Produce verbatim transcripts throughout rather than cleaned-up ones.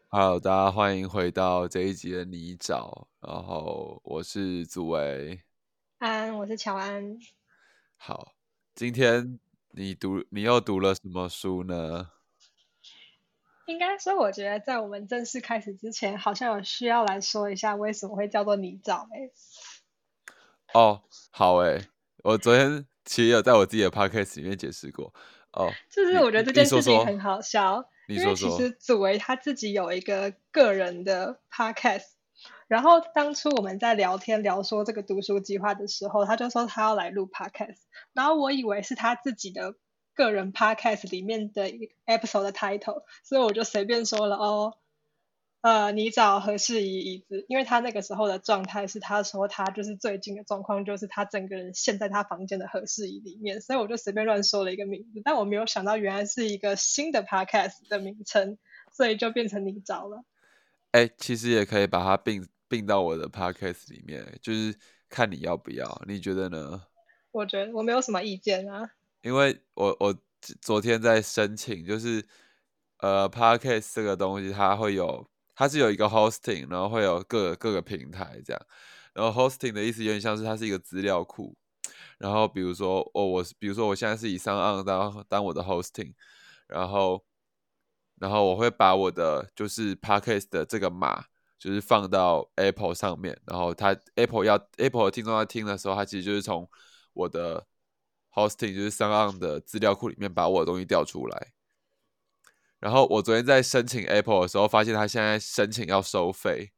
好，大家欢迎回到这一集的泥沼，然后我是祖维。 安，我是乔安。 好，今天你读你又读了什么书呢？ 应该说，我觉得在我们正式开始之前，好像有需要来说一下为什么会叫做泥沼、欸。 哦，好诶，我昨天其实有在我自己的 podcast 里面解释过。哦， 就是你你你我觉得这件说说， 事情很好笑， 你说说。 因为其实祖维他自己有一个个人的 podcast，然后当初我们在聊天聊说这个读书计划的时候，他就说他要来录 podcast，然后我以为是他自己的个人 podcast 里面的一个 episode 的 title，所以我就随便说了哦。呃，你找合适宜椅子，因为他那个时候的状态是，他说他就是最近的状况，就是他整个人陷在他房间的合适椅里面，所以我就随便乱说了一个名字，但我没有想到原来是一个新的 podcast 的名称，所以就变成你找了。 哎，其实也可以把它并并到我的 podcast 里面，就是看你要不要，你觉得呢？ 我觉得我没有什么意见啊。 因为我我昨天在申请，就是呃，podcast 这个东西，它会有，它是有一个 hosting，然后会有各个各个平台这样。然后 hosting 的意思有点像是它是一个资料库，然后比如说哦，我比如说我现在是以 SoundOn 当当我的 hosting，然后然后我会把我的就是 podcast 的这个码就是放到 Apple 上面，然后它 Apple 要 Apple 的听众要听的时候，它其实就是从我的 hosting 就是 SoundOn 的资料库里面把我的东西调出来。然后我昨天在申请 Apple 的时候，发现他现在申请要收费，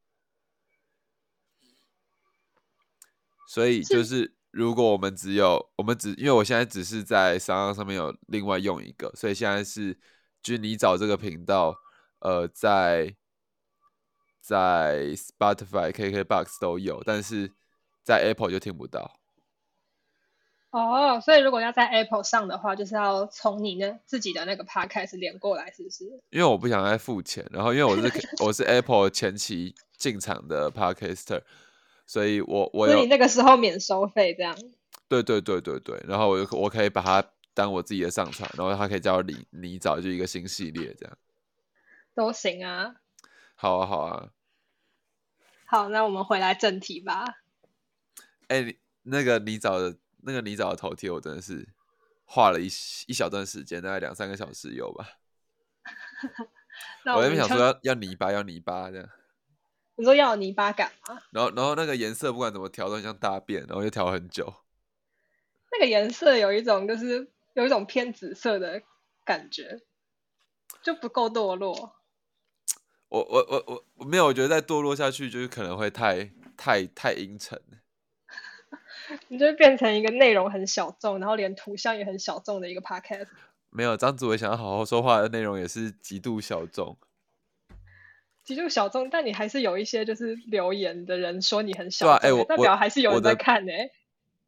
所以就是是如果我们只有我们只因为我现在只是在 SoundOn 上面有另外用一个，所以现在是就是你找这个频道，呃，在在 Spotify、K K Box 都有，但是在 Apple 就听不到。 哦，所以如果要在 Apple 上的话，就是要从你那自己的那个 podcast 连过来，是不是？ 因为我不想再付钱，然后因为我是我是 Apple 前期进场的 Podcaster，所以我我有所以你那个时候免收费这样对对对对对，然后我我可以把它当我自己的上传，然后它可以叫你你找就一个新系列这样。 都行啊。 好啊好啊。 好，那我们回来正题吧。 哎，你那个你找的那个你找的头贴，我真的是画了一一小段时间，大概两三个小时有吧。我在那边想说那我们就要要泥巴要泥巴这样， 你说要有泥巴感吗？ 然后然后那个颜色不管怎么调都很像大便，然后就调很久。 那个颜色有一种就是有一种偏紫色的感觉，就不够堕落。 我我我我我没有，我觉得再堕落下去就是可能会太太太阴沉。 你就会变成一个内容很小众，然后连图像也很小众的一个 podcast。 没有，张祖伟想要好好说话的内容也是极度小众。 其实小众，但你还是有一些就是留言的人说你很对啊，哎、 小众、欸，代我我表还是有人在我的看呢、欸。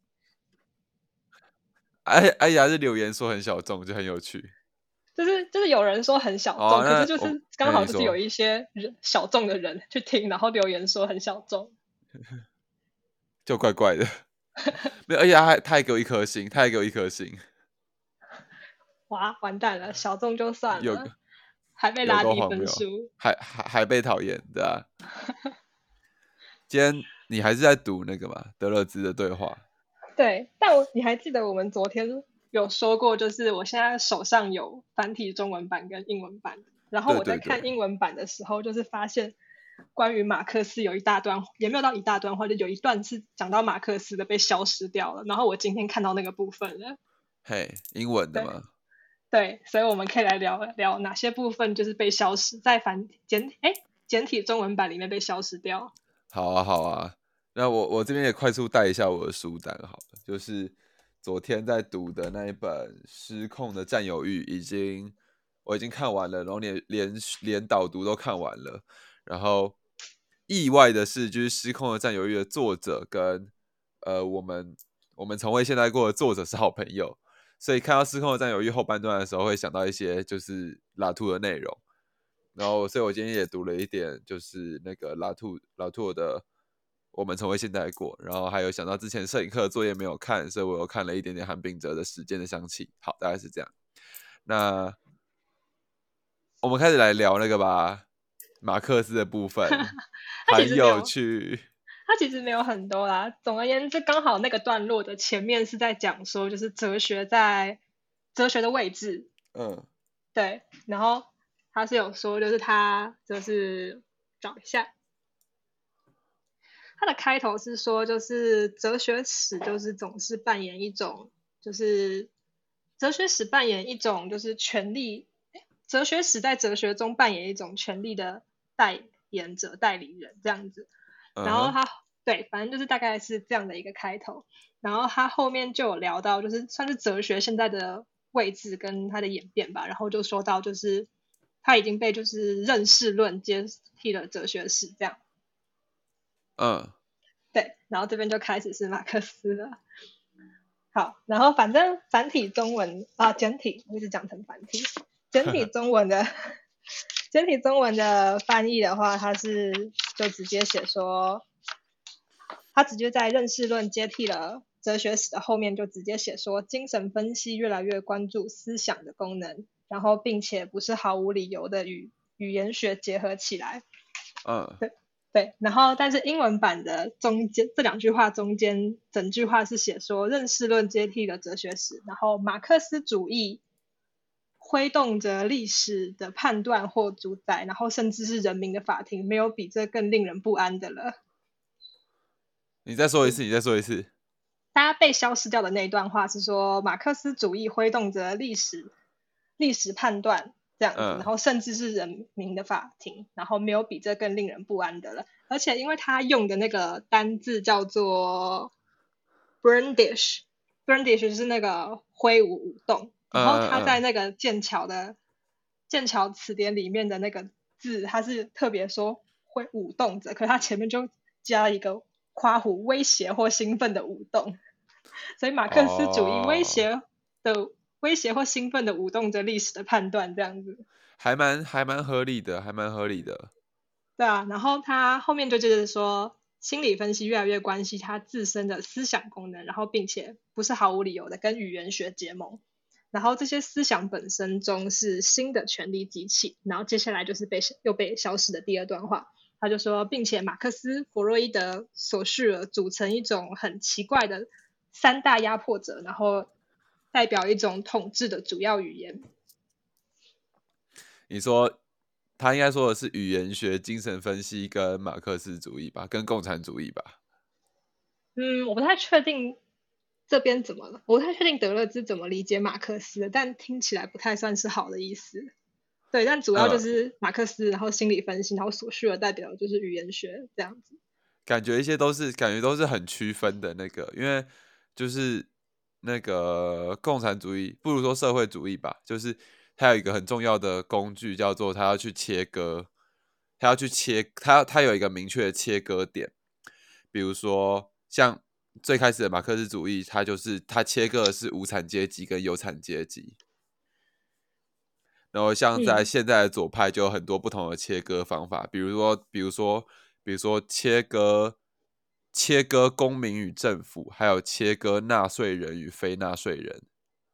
哎哎呀是留言说很小众，就很有趣。 就是就是有人说很小好啊， 众，可是那我就是刚哎、 好就是有你说一些人小众的人去听，然后留言说很小众。 就怪怪的。没有，而且他还他还给我一颗星，他还给我一颗星， 哇，完蛋了，小众就算有了，还被有拉低够荒谬， 分数。 还还还被讨厌，对啊。今天你还是在读那个嘛，德勒兹的对话。 对，但我你还记得我们昨天有说过，就是我现在手上有繁体中文版跟英文版，然后我在对对对。 看英文版的时候，就是发现关于马克思有一大段，也没有到一大段，或者有一段是讲到马克思的被消失掉了，然后我今天看到那个部分了。 嘿，英文的对吗？ 对，所以我们可以来聊聊哪些部分就是被消失在繁简哎简体中文版里面被消失掉。 好啊，好啊。那我我这边也快速带一下我的书单好了，就是昨天在读的那一本《失控的占有欲》，已经我已经看完了，然后连连连导读都看完了。然后意外的是，就是《失控的占有欲》的作者跟呃我们我们从未现代过的作者是好朋友，所以看到《失控的占有欲》后半段的时候，会想到一些就是拉图的内容。然后，所以我今天也读了一点，就是那个拉兔拉兔的《我们从未现代过》，然后还有想到之前摄影课的作业没有看，所以我又看了一点点韩炳哲的《时间的香气》。好，大概是这样。那我们开始来聊那个吧， 马克思的部分， 他其很有实没有， 趣。 他其实没有很多啦。总而言之，刚好那个段落的前面是在讲说，就是哲学在哲学的位置， 嗯对，然后他是有说，就是他就是找一下，他的开头是说，就是哲学史就是总是扮演一种，就是哲学史扮演一种就是权力，哲学史在哲学中扮演一种权力的代言者、代理人这样子。 嗯哼， 然后他对，反正就是大概是这样的一个开头。然后他后面就有聊到，就是算是哲学现在的位置跟它的演变吧。然后就说到，就是他已经被就是认识论接替了哲学史这样。 嗯， 对，然后这边就开始是马克思了。好，然后反正繁体中文啊，简体我一直讲成繁体，简体中文的简体中文的翻译的话，它是就直接写说，他直接在认识论接替了哲学史的后面，就直接写说，精神分析越来越关注思想的功能，然后并且不是毫无理由的与语言学结合起来。 嗯， 对对，然后但是英文版的中间这两句话中间，整句话是写说认识论接替了哲学史，然后马克思主义挥动着历史的判断或主宰，然后甚至是人民的法庭，没有比这更令人不安的了。 你再说一次，你再说一次。 大家被消失掉的那一段话是说，马克思主义挥动着历史历史判断这样子，然嗯， 后甚至是人民的法庭，然后没有比这更令人不安的了。而且因为他用的那个单字叫做 brandish，brandish 就是那个挥舞舞动，然后嗯嗯他在那个剑桥的剑桥词典里面的那个字，他是特别说会舞动着，可是他前面就加一个夸弧威胁或兴奋的舞动，所以马克思主义威哦， 胁的威胁或兴奋的舞动着历史的判断，这样子。 还蛮还蛮合理的，还蛮合理的。 对啊，然后他后面就接着说，心理分析越来越关系他自身的思想功能，然后并且不是毫无理由的跟语言学结盟。然后这些思想本身中是新的权力机器，然后接下来就是被又被消失的第二段话，他就说，并且马克思、弗洛伊德、索绪尔组成一种很奇怪的三大压迫者，然后代表一种统治的主要语言。 你说他应该说的是语言学、精神分析跟马克思主义吧，跟共产主义吧。 嗯，我不太确定这边怎么了，我不太确定德勒兹怎么理解马克思的，但听起来不太算是好的意思。对，但主要就嗯， 是马克思，然后心理分析，然后索绪尔代表的就是语言学这样子。 感觉一些都是感觉都是很区分的那个，因为就是那个共产主义，不如说社会主义吧，就是它有一个很重要的工具叫做它要去切割，它要去切，它它有一个明确的切割点，比如说像最开始的马克思主义，它就是它切割的是无产阶级跟有产阶级，然后像在嗯现在的左派就有很多不同的切割方法，比如说，比如说，比如说切割切割公民与政府，还有切割纳税人与非纳税人。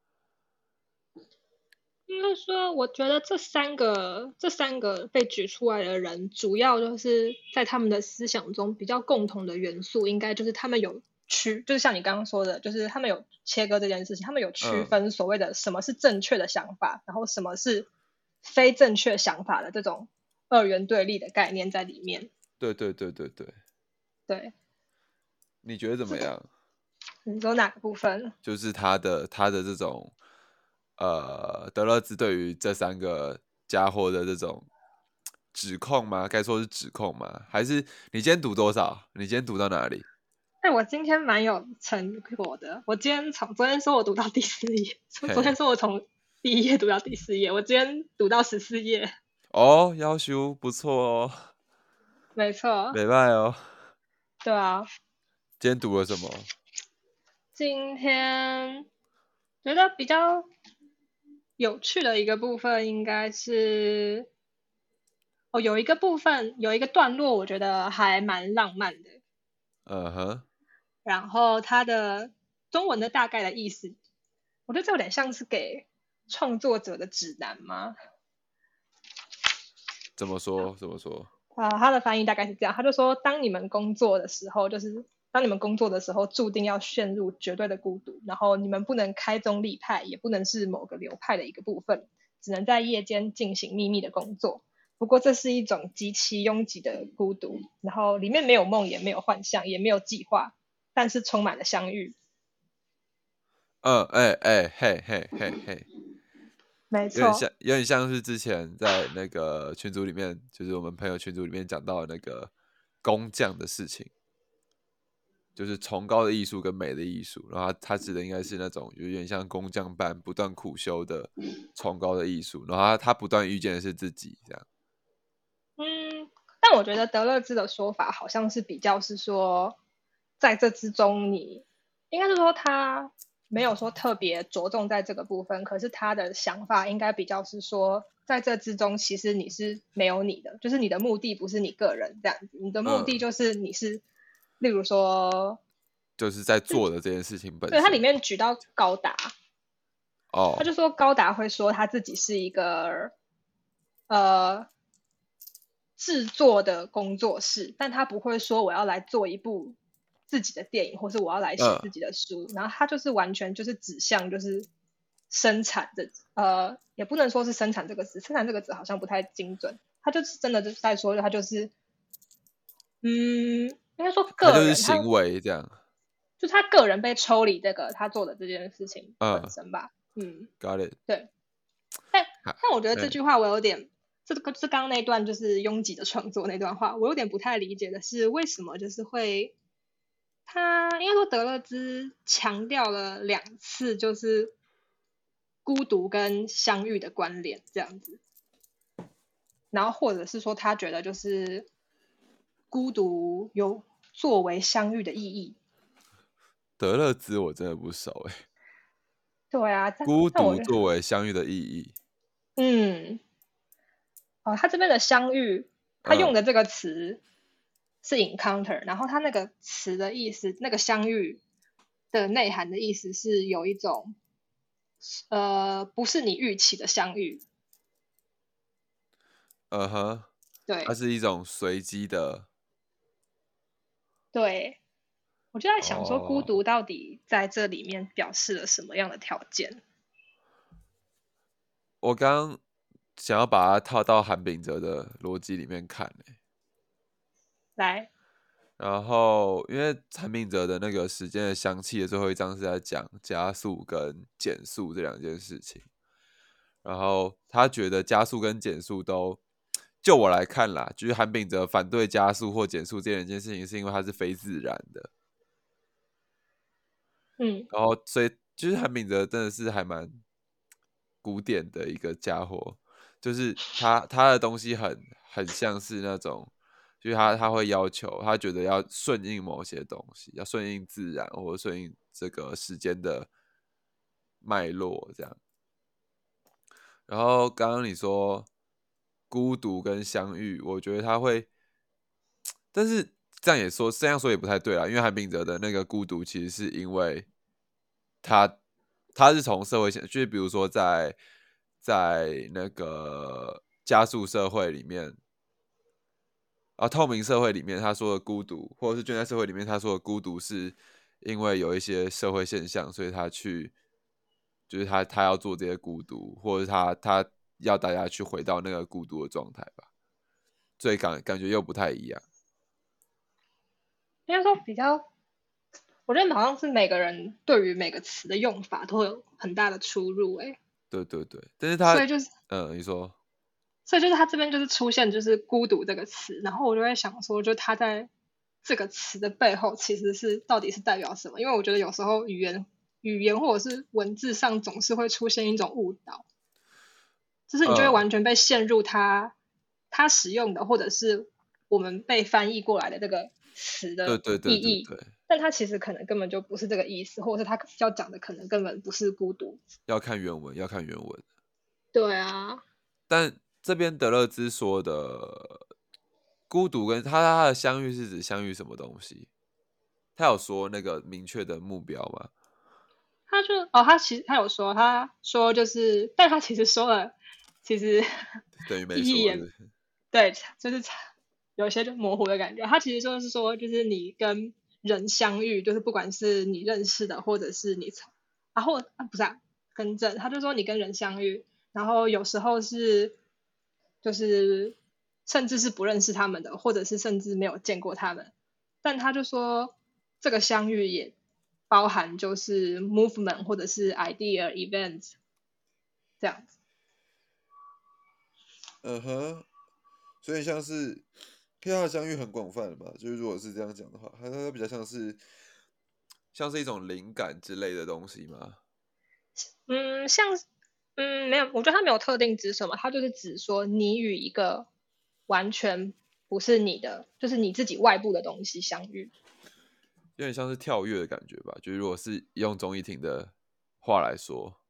应该说，我觉得这三个这三个被举出来的人，主要就是在他们的思想中比较共同的元素，应该就是他们有区，就是像你刚刚说的，就是他们有切割这件事情，他们有区嗯， 分所谓的什么是正确的想法，然后什么是非正确想法的这种二元对立的概念在里面。 对对对对对， 对， 你觉得怎么样？ 你说哪个部分？ 就是他的他的这种呃，德勒兹对于这三个家伙的这种指控吗？该说是指控吗？还是你今天读多少？你今天读到哪里？ 哎，我今天蛮有成果的。我今天从昨天说我读到第四页，从昨天嘿， 说我从第一页读到第四页，我今天读到十四页。 哦，要求不错哦， 没错， 没败哦。 对啊。 今天读了什么？ 今天觉得比较有趣的一个部分应该是，哦，有一个部分有一个段落，我觉得还蛮浪漫的。 嗯哼， 然后它的中文的大概的意思，我觉得这有点像是给创作者的指南吗？ 怎么说？怎么说？ 啊、他的翻译大概是这样，他就说，当你们工作的时候，就是当你们工作的时候，注定要陷入绝对的孤独，然后你们不能开宗立派，也不能是某个流派的一个部分，只能在夜间进行秘密的工作。不过这是一种极其拥挤的孤独，然后里面没有梦，也没有幻象，也没有计划，但是充满了相遇。 嗯，哎哎嘿嘿嘿嘿， 没错。 有点像，有点像是之前在那个群组里面，就是我们朋友群组里面讲到的那个工匠的事情，就是崇高的艺术跟美的艺术，然后他他指的应该是那种有点像工匠般不断苦修的崇高的艺术，然后他他不断遇见的是自己，这样。 嗯，但我觉得德勒兹的说法好像是比较是说，在这之中你应该是说他没有说特别着重在这个部分，可是他的想法应该比较是说，在这之中其实你是没有你的，就是你的目的不是你个人这样子，你的目的嗯， 就是你是，例如说， 就是在做的这件事情本对，它里身。 面举到高达，他就哦， 说高达会说他自己是一个呃制作的工作室，但他不会说我要来做一部自己的电影，或是我要来写嗯自己的书，然后他就是完全就是指向就是生产的，呃，也不能说是生产这个词，生产这个词好像不太精准，他就是真的就是在说，他就是嗯，应该说他就个人，他是行为这样。 就他个人被抽离这个他做的这件事情本嗯身吧，嗯， ，got it。 对。但哈但我觉得这嗯句话我有点，这个是刚刚那段就是拥挤的创作那段话，我有点不太理解的是为什么就是会，他应该说德勒兹强调了两次就是孤独跟相遇的关联这样子，然后或者是说他觉得就是孤独有作为相遇的意义。 德勒兹我真的不熟哎。 对啊，但孤但我独作为相遇的意义。 嗯，哦，他这边的相遇，他用嗯的这个词是 encounter，然后他那个词的意思，那个相遇的内涵的意思是有一种呃，不是你预期的相遇。 嗯哼，它对是一种随机的。 对，我就在想说，孤哦， 独到底在这里面表示了什么样的条件？ 我刚刚想要把它套到韩炳哲的逻辑里面看欸， 来， 然后因为韩炳哲的那个时间的香气的最后一章是在讲加速跟减速这两件事情，然后他觉得加速跟减速都，就我来看啦，就是韩炳哲反对加速或减速这两件事情，是因为它是非自然的。 嗯， 然后所以就是韩炳哲真的是还蛮古典的一个家伙，就是他他的东西很很像是那种，就是他他会要求他觉得要顺应某些东西，要顺应自然或者顺应这个时间的脉络这样。然后刚刚你说孤独跟相遇，我觉得他会，但是这样也说这样说也不太对啦，因为韩炳哲的那个孤独其实是因为他他是从社会现，就是比如说在在那个加速社会里面啊，透明社会里面他说的孤独，或者是倦怠社会里面他说的孤独，是因为有一些社会现象，所以他去就是他他要做这些孤独，或者他他要大家去回到那个孤独的状态吧，所以感感觉又不太一样。 应该说比较，我觉得好像是每个人对于每个词的用法都会有很大的出入、欸，哎， 对对对，但是他所以就是嗯，你说所以就是他这边就是出现就是孤独这个词，然后我就会想说，就他在这个词的背后其实是到底是代表什么？因为我觉得有时候语言语言或者是文字上总是会出现一种误导，就是你就会嗯， 完全被陷入他他使用的或者是我们被翻译过来的这个词的对对意义， 对对对， 但他其实可能根本就不是这个意思，或者是他要讲的可能根本不是孤独。 要看原文，要看原文。 对啊， 但这边德勒兹说的孤独跟他他的相遇是指相遇什么东西？他有说那个明确的目标吗？ 他就哦，他其实他有说，他说就是，但他其实说了，其实等于没意义也说是不是？ 对，就是有一些就模糊的感觉。他其实就是说，就是你跟人相遇，就是不管是你认识的，或者是你从，然后啊不是啊，更正，他就说你跟人相遇，然后有时候是就是甚至是不认识他们的，或者是甚至没有见过他们，但他就说这个相遇也包含就是 movement 或者是 idea events 这样子。 嗯哼，所以像是，因为它的相遇很广泛的嘛，就是如果是这样讲的话，它它比较像是像是一种灵感之类的东西嘛。 嗯，像嗯没有，我觉得他没有特定指什么，他就是指说你与一个完全不是你的，就是你自己外部的东西相遇。 有点像是跳跃的感觉吧。就是如果是用钟义婷的话来说，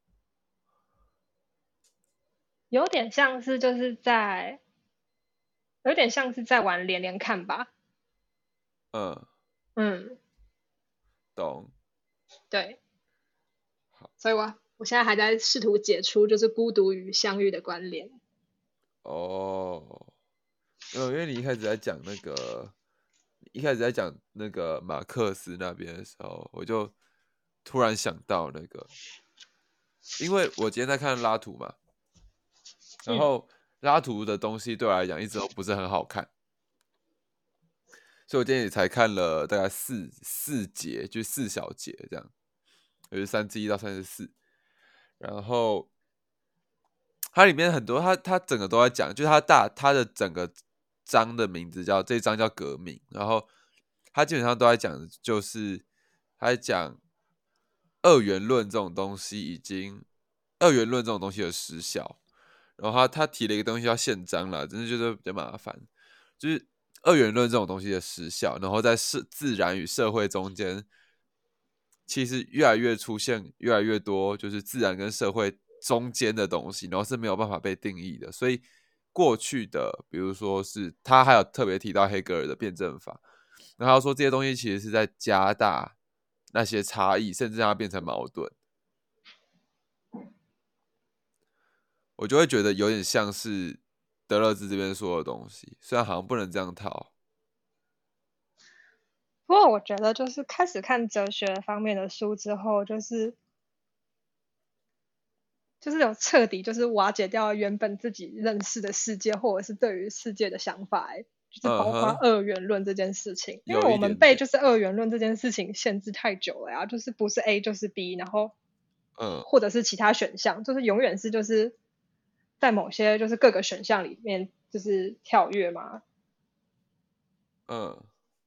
有点像是就是在，有点像是在玩连连看吧。 嗯， 嗯， 懂。 对， 好所以我我现在还在试图解出就是孤独与相遇的关联。 哦，没有，因为你一开始在讲那个，一开始在讲那个马克思那边的时候，我就突然想到那个，因为我今天在看拉图嘛，然嗯后拉图的东西对我来讲一直都不是很好看，所以我今天也才看了大概四四节，就四小节这样，就是三十一到三十四，然后它里面很多，它它整个都在讲，就是它大它的整个章的名字叫这一章叫革命，然后它基本上都在讲，就是他在讲二元论这种东西已经二元论这种东西的失效，然后他他提了一个东西叫宪章啦，真的觉得比较麻烦，就是二元论这种东西的失效，然后在社自然与社会中间，其实越来越出现越来越多就是自然跟社会中间的东西，然后是没有办法被定义的，所以过去的，比如说是他还有特别提到黑格尔的辩证法，然后他说这些东西其实是在加大那些差异，甚至让它变成矛盾。我就会觉得有点像是德勒兹这边说的东西，虽然好像不能这样套。 不过我觉得就是开始看哲学方面的书之后，就是就是有彻底就是瓦解掉原本自己认识的世界，或者是对于世界的想法，欸就是包括嗯哼， 二元论这件事情。因为有我一点点， 们被就是二元论这件事情限制太久了呀，就是不是 A 就是 B，然后嗯或者是其他选项，就是永远是就是在某些就是各个选项里面就是跳跃嘛。 嗯，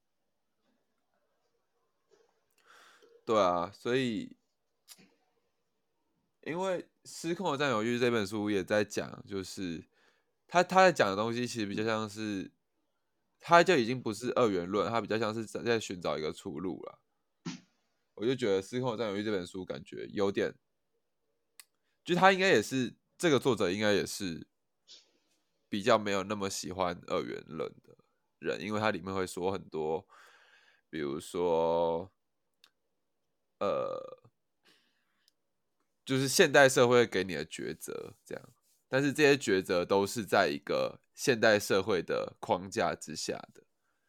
对啊，所以因为《失控的占有欲》这本书也在讲，就是他他在讲的东西其实比较像是，他就已经不是二元论，他比较像是在在寻找一个出路了。我就觉得《失控的占有欲》这本书感觉有点，就他应该也是这个作者应该也是比较没有那么喜欢二元论的人，因为它里面会说很多，比如说，呃，就是现代社会给你的抉择这样，但是这些抉择都是在一个现代社会的框架之下的，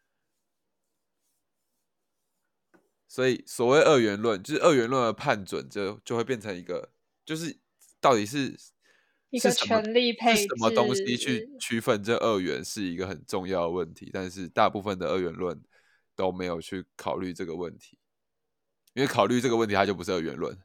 所以所谓二元论，就是二元论的判准就就会变成一个，就是到底是一个是什么权力是什配么东西去置。 区分这二元是一个很重要的问题，但是大部分的二元论都没有去考虑这个问题，因为考虑这个问题它就不是二元论。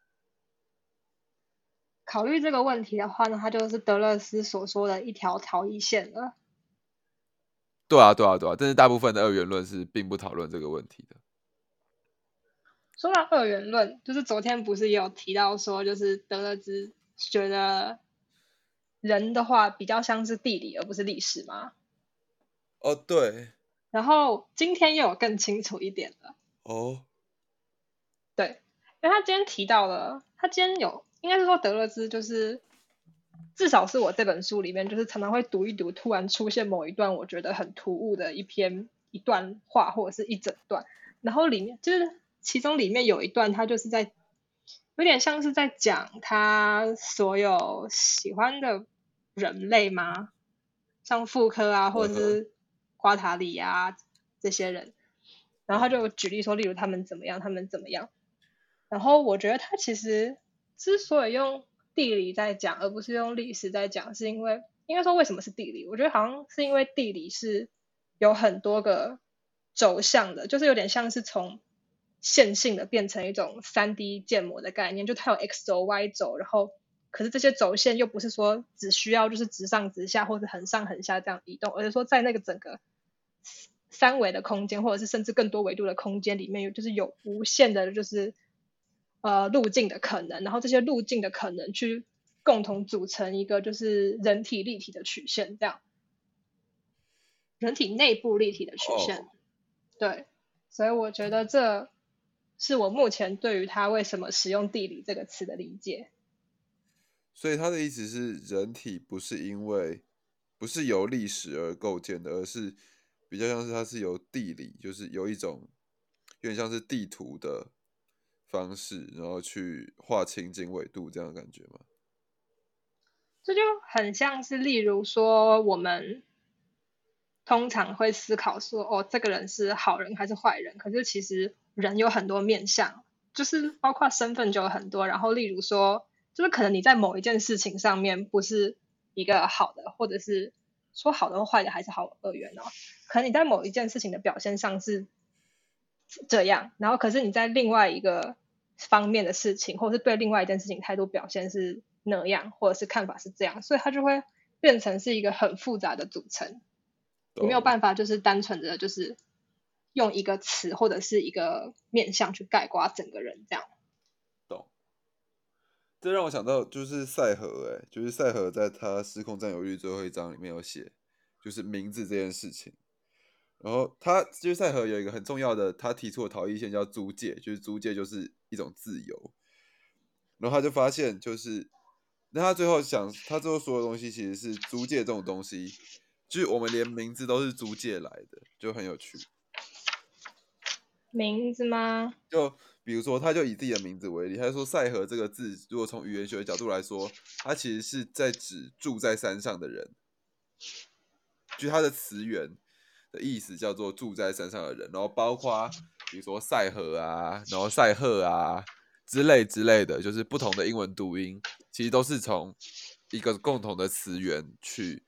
考虑这个问题的话呢，它就是德勒斯所说的一条逃逸线了。 对啊，对啊，对啊，但是大部分的二元论是并不讨论这个问题的。 说到二元论，就是昨天不是也有提到说，就是德勒兹觉得人的话比较像是地理而不是历史吗？ 哦，对， 然后今天又有更清楚一点了。 哦， 对，因为他今天提到了，他今天有应该是说德勒兹就是至少是我这本书里面，就是常常会读一读，突然出现某一段我觉得很突兀的一篇一段话或者是一整段，然后里面就是其中里面有一段，他就是在有点像是在讲他所有喜欢的人类吗？ 像妇科啊，或者嗯是瓜塔里啊这些人，然后他就举例说，例如他们怎么样，他们怎么样。然后我觉得他其实之所以用地理在讲，而不是用历史在讲，是因为应该说为什么是地理？我觉得好像是因为地理是有很多个轴向的，就是有点像是从线性的变成一种 三 D 建模的概念，就它有 X 轴、Y 轴，然后可是这些轴线又不是说只需要就是直上直下或者横上横下这样移动，而是说在那个整个三维的空间，或者是甚至更多维度的空间里面，有就是有无限的，就是呃路径的可能，然后这些路径的可能去共同组成一个就是人体立体的曲线，这样人体内部立体的曲线。 哦， 对，所以我觉得这是我目前对于他为什么使用地理这个词的理解。 所以他的意思是，人体不是因为不是由历史而构建的，而是比较像是它是由地理，就是有一种有点像是地图的方式，然后去画情景纬度这样的感觉吗？ 这就很像是，例如说，我们通常会思考说，哦，这个人是好人还是坏人？可是其实人有很多面向，就是包括身份就有很多。然后，例如说，就是可能你在某一件事情上面不是一个好的，或者是说好的或坏的，还是好二元哦。可能你在某一件事情的表现上是这样，然后可是你在另外一个方面的事情，或者是对另外一件事情态度表现是那样，或者是看法是这样，所以它就会变成是一个很复杂的组成。你没有懂办法就是单纯的就是用一个词或者是一个面向去概括整个人这样。 懂。这让我想到就是赛和，哎，就是赛和在他《失控占有欲》最后一章里面有写，就是名字这件事情。然后他就是赛和有一个很重要的，他提出的逃逸线叫租界，就是租界就是一种自由。然后他就发现，就是那他最后想，他最后所有东西其实是租界这种东西，就是我们连名字都是租界来的，就很有趣。 名字吗？ 就比如说，他就以自己的名字为例，他就说赛和这个字，如果从语言学的角度来说，它其实是在指住在山上的人，就它的词源的意思叫做住在山上的人，然后包括比如说赛和啊，然后赛赫啊之类之类的，就是不同的英文读音，其实都是从一个共同的词源去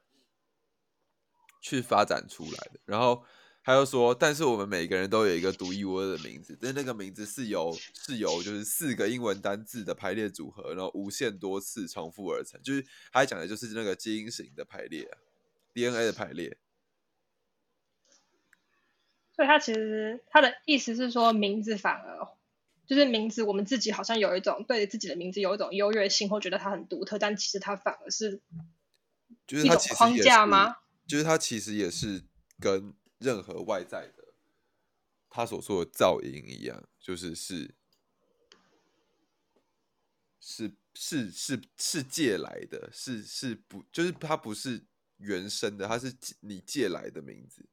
去发展出来的。然后他又说，但是我们每个人都有一个独一无二的名字，但那个名字是由是由就是四个英文单字的排列组合，然后无限多次重复而成。就是他讲的就是那个基因型的排列啊，D N A 的排列。 所以他其实他的意思是说，名字反而就是名字，我们自己好像有一种对自己的名字有一种优越性，或觉得它很独特，但其实它反而是就是一它其实种框也是， 架吗？ 就是它其实也是跟任何外在的他所说的噪音一样，就是是是是是是借来的，是是不就是它不是原生的，它是你借来的名字。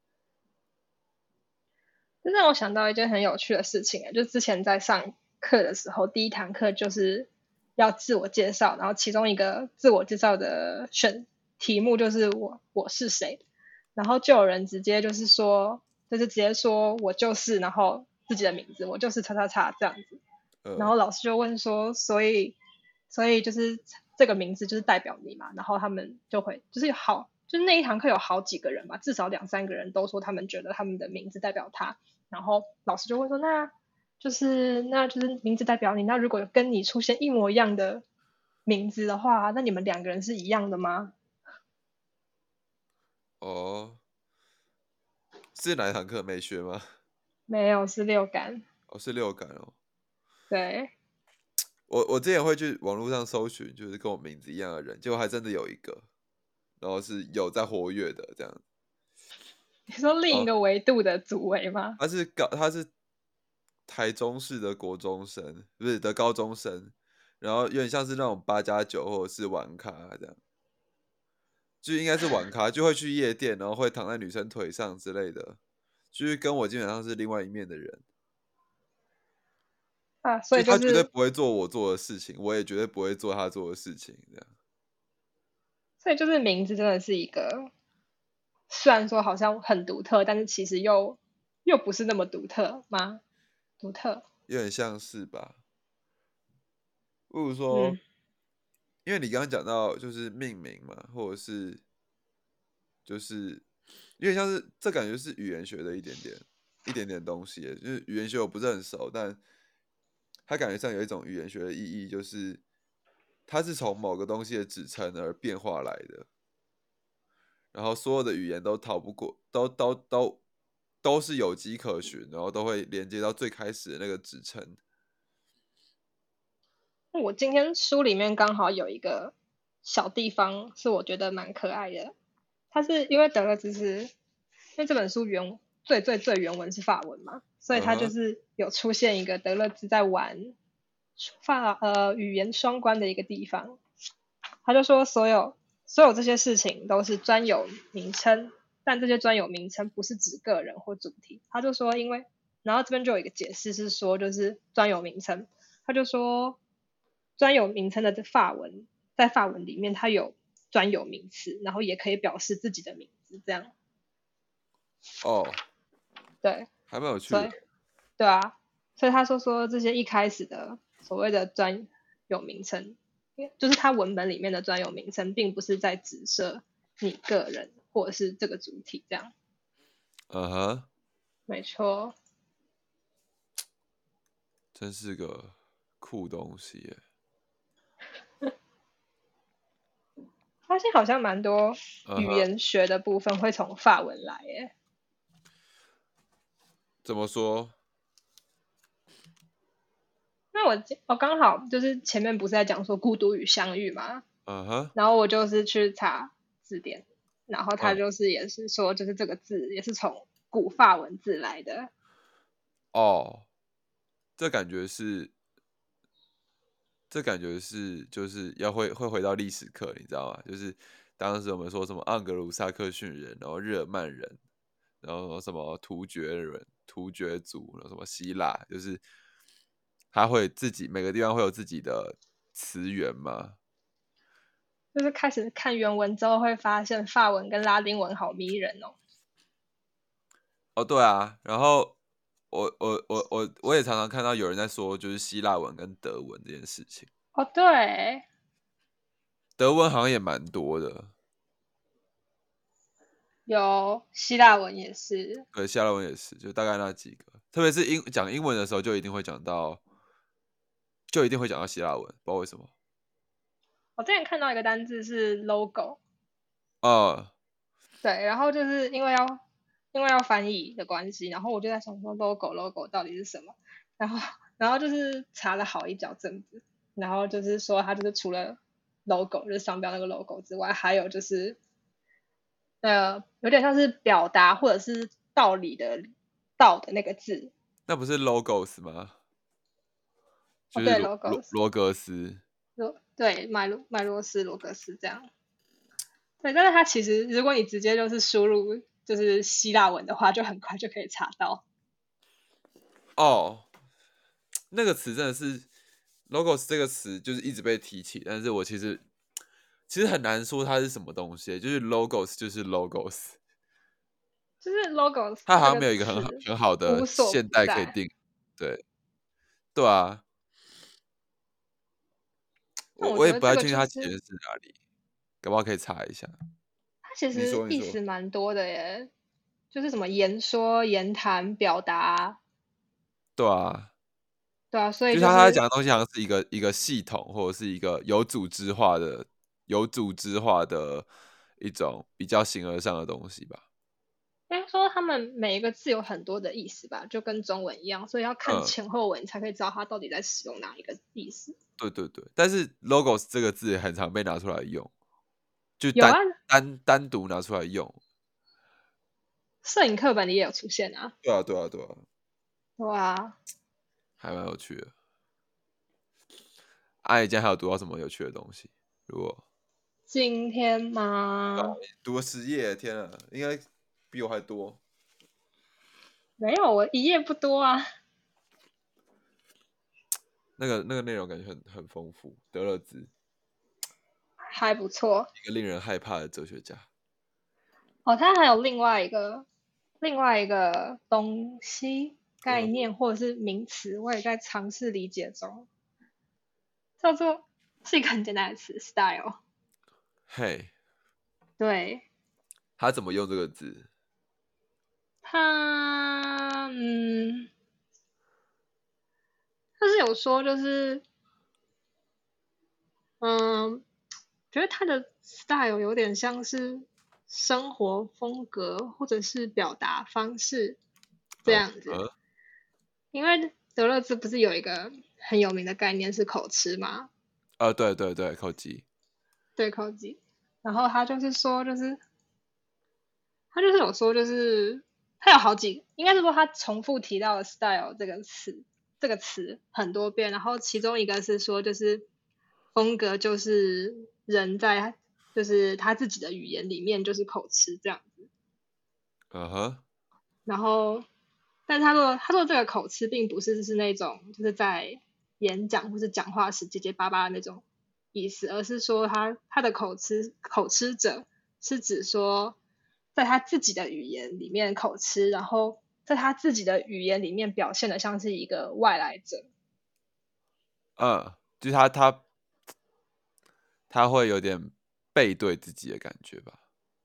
这让我想到一件很有趣的事情，就之前在上课的时候，第一堂课就是要自我介绍，然后其中一个自我介绍的选题目就是我我是谁，然后就有人直接就是说，就是直接说我就是，然后自己的名字，我就是叉叉叉这样子，然呃， 后老师就问说，所以所以就是这个名字就是代表你嘛，然后他们就会就是好。就是那一堂课有好几个人吧，至少两三个人都说他们觉得他们的名字代表他，然后老师就会说，那就是那就是名字代表你，那如果跟你出现一模一样的名字的话，那你们两个人是一样的吗？ 哦，是哪一堂课没学吗？ 没有，是六感。 哦，是六感哦。 对， 我我之前会去网络上搜寻，就是跟我名字一样的人，结果还真的有一个，然后是有在活跃的这样。 你说另一哦， 个维度的组围吗？ 他是高，他是台中市的国中生，不是的高中生，然后有点像是那种八加九或者是玩咖这样，就应该是玩咖，就会去夜店，然后会躺在女生腿上之类的，就是跟我基本上是另外一面的人， 啊，所就他绝对以就是， 不会做我做的事情，我也绝对不会做他做的事情，这样。 所以就是名字真的是一个。 虽然说好像很独特，但是其实又又不是那么独特吗？独特， 有点像是吧。比如说， 嗯， 因为你刚刚讲到就是命名嘛，或者是就是有点像是这感觉是语言学的一点点一点点东西耶，就是语言学我不是很熟，但它感觉上有一种语言学的意义，就是它是从某个东西的指称而变化来的，然后所有的语言都逃不过，都都都都是有迹可循，然后都会连接到最开始的那个指称。 我今天书里面刚好有一个小地方是我觉得蛮可爱的，它是因为德勒兹是因为这本书原最最最原文是法文嘛，所以它就嗯哼， 是有出现一个德勒兹在玩法呃语言双关的一个地方，他就说所有所有这些事情都是专有名称，但这些专有名称不是指个人或主题。他就说因为，然后这边就有一个解释是说就是专有名称，他就说专有名称的法文在法文里面它有专有名词，然后也可以表示自己的名字，这样哦， 对， 还蛮有趣所以的。 对啊，所以他说说这些一开始的所谓的专有名称，就是他文本里面的专有名称，并不是在指涉你个人或者是这个主体这样。 嗯哼， 没错， 真是个酷东西耶。 发现好像蛮多嗯哼， 语言学的部分会从法文来耶。 怎么说？ 那我我刚好就是前面不是在讲说孤独与相遇嘛， 嗯哼， 然后我就是去查字典，然后他嗯， 就是也是说，就是这个字也是从古法文字来的。 哦，这感觉是，这感觉是，就是要会会回到历史课，你知道吗？就是当时我们说什么盎格鲁撒克逊人，然后日耳曼人，然后什么突厥人、突厥族，然后什么希腊，就是他会自己每个地方会有自己的词源嘛。 就是开始看原文之后，会发现法文跟拉丁文好迷人哦。 哦，对啊，然后我我我我我也常常看到有人在说，就是希腊文跟德文这件事情， 哦，对， 德文好像也蛮多的， 有希腊文也是。 对，希腊文也是，就大概那几个，特别是英讲英文的时候，就一定会讲到，就一定会讲到希腊文，不知道为什么。 我之前看到一个单字是 logo， 啊、 对，然后就是因为要因为要翻译的关系，然后我就在想说 logo logo 到底是什么，然后然后就是查了好一角阵子，然后就是说它就是除了 logo 就是商标那个 logo 之外，还有就是呃有点像是表达或者是道理的道的那个字， 那不是 logos 吗？ 哦对就是罗罗 logos， 罗格斯。 罗对麦罗麦罗斯罗格斯这样。对，但是它其实如果你直接就是输入就是希腊文的话，就很快就可以查到。 哦，那个词真的是 logos 这个词，就是一直被提起，但是我其实其实很难说它是什么东西，就是 logos 就是 logos， 就是 logos 它好这个像没有一个很好词很好的无所现不在。 代可以定。对对啊，我我也但我觉得这不太确定个就是它起源是哪里，搞不好可以查一下。 它其你说，你实意说， 思蛮多的耶，就是什么言说、言谈、表达， 对啊， 对啊，所以就是他他就是讲的东西好像是一个一个系统，或者是一个有组织化的、有组织化的一种比较形而上的东西吧。 应该说他们每一个字有很多的意思吧，就跟中文一样，所以要看嗯， 前后文才可以知道它到底在使用哪一个意思。 对对对。但是 logos 这个字也很常被拿出来用，就单有啊， 单单独拿出来用。 摄影课本里也有出现啊， 对啊，对啊，对啊， 对啊， 还蛮有趣的。阿姨今天还有读到什么有趣的东西？如果今天吗？ 读了十页，天啊，应该比我还多。 没有，我一页不多啊， 那个那个内容感觉很很丰富。德勒兹， 还不错。 一个令人害怕的哲学家。 哦，它还有另外一个另外一个东西概嗯， 念或者是名词，我也在尝试理解中，叫做是一个很简单的词，style。 嘿， 对， 他怎么用这个字？ 它，嗯，它是有说就是，嗯，觉得他的 style 有点像是生活风格或者是表达方式这呃样子。 呃， 因为德勒兹不是有一个很有名的概念是口吃吗？ 呃，对对对，口技， 对口技。然后他就是说，就是他就是有说，就是他有好几，应该是说他重复提到了 style 这个词，这个词很多遍。然后其中一个是说，就是风格就是人在就是他自己的语言里面就是口吃这样子。 嗯哼， 然后，但是他说他说这个口吃并不是是那种就是在演讲或是讲话时结结巴巴的那种意思，而是说他他的口吃口吃者是指说在他自己的语言里面口吃，然后在他自己的语言里面表现的像是一个外来者。 嗯，就是他他他会有点背对自己的感觉吧？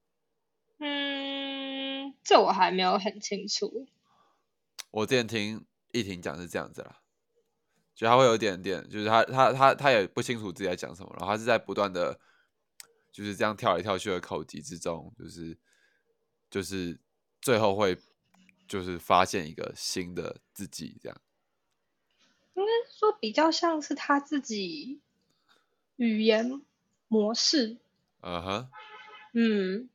嗯，这我还没有很清楚。 我之前听易婷讲是这样子啦，就他会有一点点，就是他他他他也不清楚自己在讲什么，然后他是在不断的，就是这样跳来跳去的口技之中，就是就是最后会就是发现一个新的自己这样。 应该说比较像是他自己语言模式。 嗯哼， 嗯，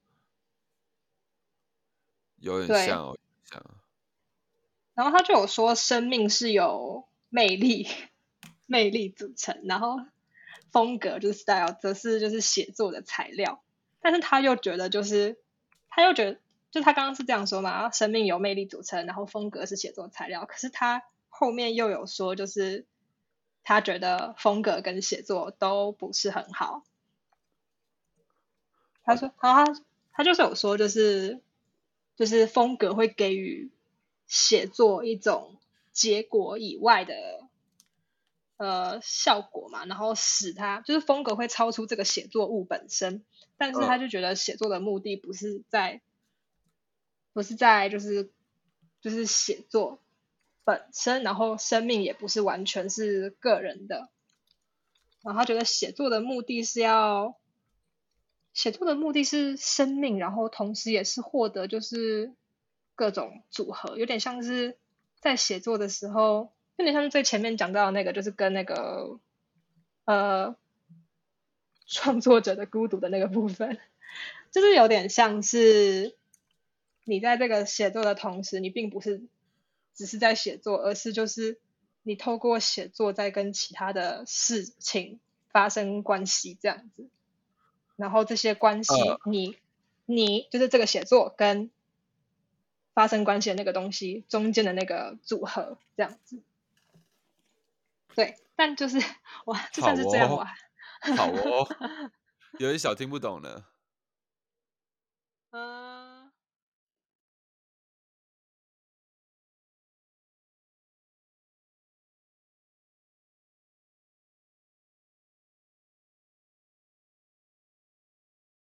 有点对。 像哦，有点像。 然后他就有说，生命是由魅力魅力组成，然后风格就是 style，则是就是写作的材料。但是他又觉得，就是他又觉得，就他刚刚是这样说嘛，生命由魅力组成，然后风格是写作材料。可是他后面又有说，就是他觉得风格跟写作都不是很好。他说，然后他他就是有说，就是就是风格会给予写作一种结果以外的呃效果嘛，然后使它就是风格会超出这个写作物本身，但是他嗯就觉得写作的目的不是在不是在就是就是写作本身，然后生命也不是完全是个人的，然后他觉得写作的目的是要写作的目的是生命，然后同时也是获得就是各种组合，有点像是在写作的时候，有点像是最前面讲到的那个，就是跟那个呃创作者的孤独的那个部分，就是有点像是你在这个写作的同时，你并不是只是在写作，而是就是你透过写作在跟其他的事情发生关系这样子。然后这些关系， 呃你你就是这个写作跟发生关系的那个东西中间的那个组合，这样子。对，但就是哇，就好算是这样哦， 哇， 好哦，有点小听不懂呢。 嗯。